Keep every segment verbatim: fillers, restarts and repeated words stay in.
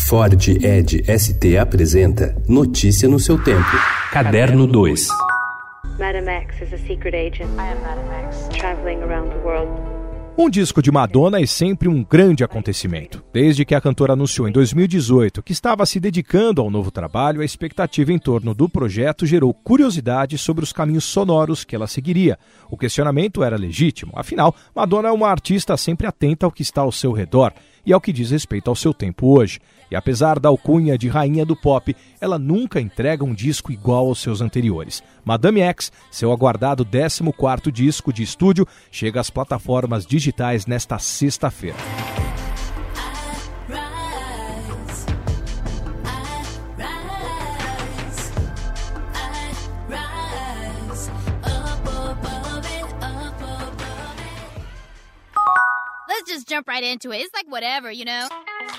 Ford Edge S T apresenta Notícia no seu tempo. Caderno dois. Madam X is a secret agent. I am Madam X. Traveling around the world. Um disco de Madonna é sempre um grande acontecimento. Desde que a cantora anunciou em dois mil e dezoito que estava se dedicando ao novo trabalho, a expectativa em torno do projeto gerou curiosidade sobre os caminhos sonoros que ela seguiria. O questionamento era legítimo, afinal, Madonna é uma artista sempre atenta ao que está ao seu redor e ao que diz respeito ao seu tempo hoje. E apesar da alcunha de rainha do pop, ela nunca entrega um disco igual aos seus anteriores. Madame X, seu aguardado décimo quarto disco de estúdio, chega às plataformas digitais nesta sexta-feira. Let's just jump right into it. It's like whatever, you know?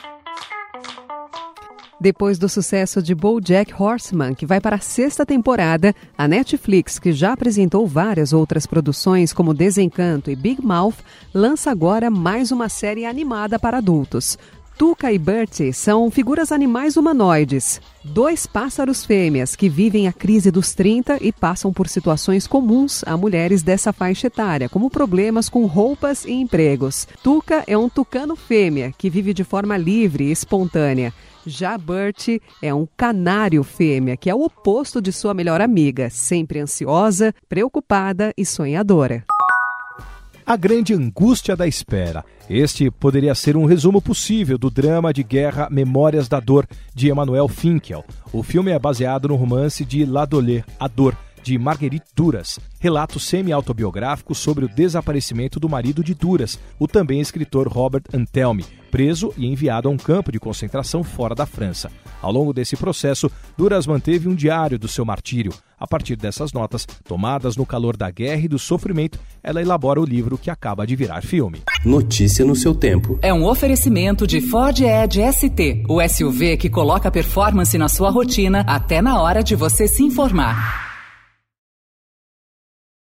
Depois do sucesso de BoJack Horseman, que vai para a sexta temporada, a Netflix, que já apresentou várias outras produções como Desencanto e Big Mouth, lança agora mais uma série animada para adultos. Tuca e Bertie são figuras animais humanoides, dois pássaros fêmeas que vivem a crise dos trinta e passam por situações comuns a mulheres dessa faixa etária, como problemas com roupas e empregos. Tuca é um tucano fêmea que vive de forma livre e espontânea. Já Bertie é um canário fêmea, que é o oposto de sua melhor amiga, sempre ansiosa, preocupada e sonhadora. A grande angústia da espera. Este poderia ser um resumo possível do drama de guerra Memórias da Dor, de Emmanuel Finkel. O filme é baseado no romance de Ladolé, A Dor, de Marguerite Duras, relato semi-autobiográfico sobre o desaparecimento do marido de Duras, o também escritor Robert Antelme, preso e enviado a um campo de concentração fora da França. Ao longo desse processo, Duras manteve um diário do seu martírio. A partir dessas notas, tomadas no calor da guerra e do sofrimento, ela elabora o livro que acaba de virar filme. Notícia no seu tempo. É um oferecimento de Ford Edge S T, o S U V que coloca performance na sua rotina até na hora de você se informar.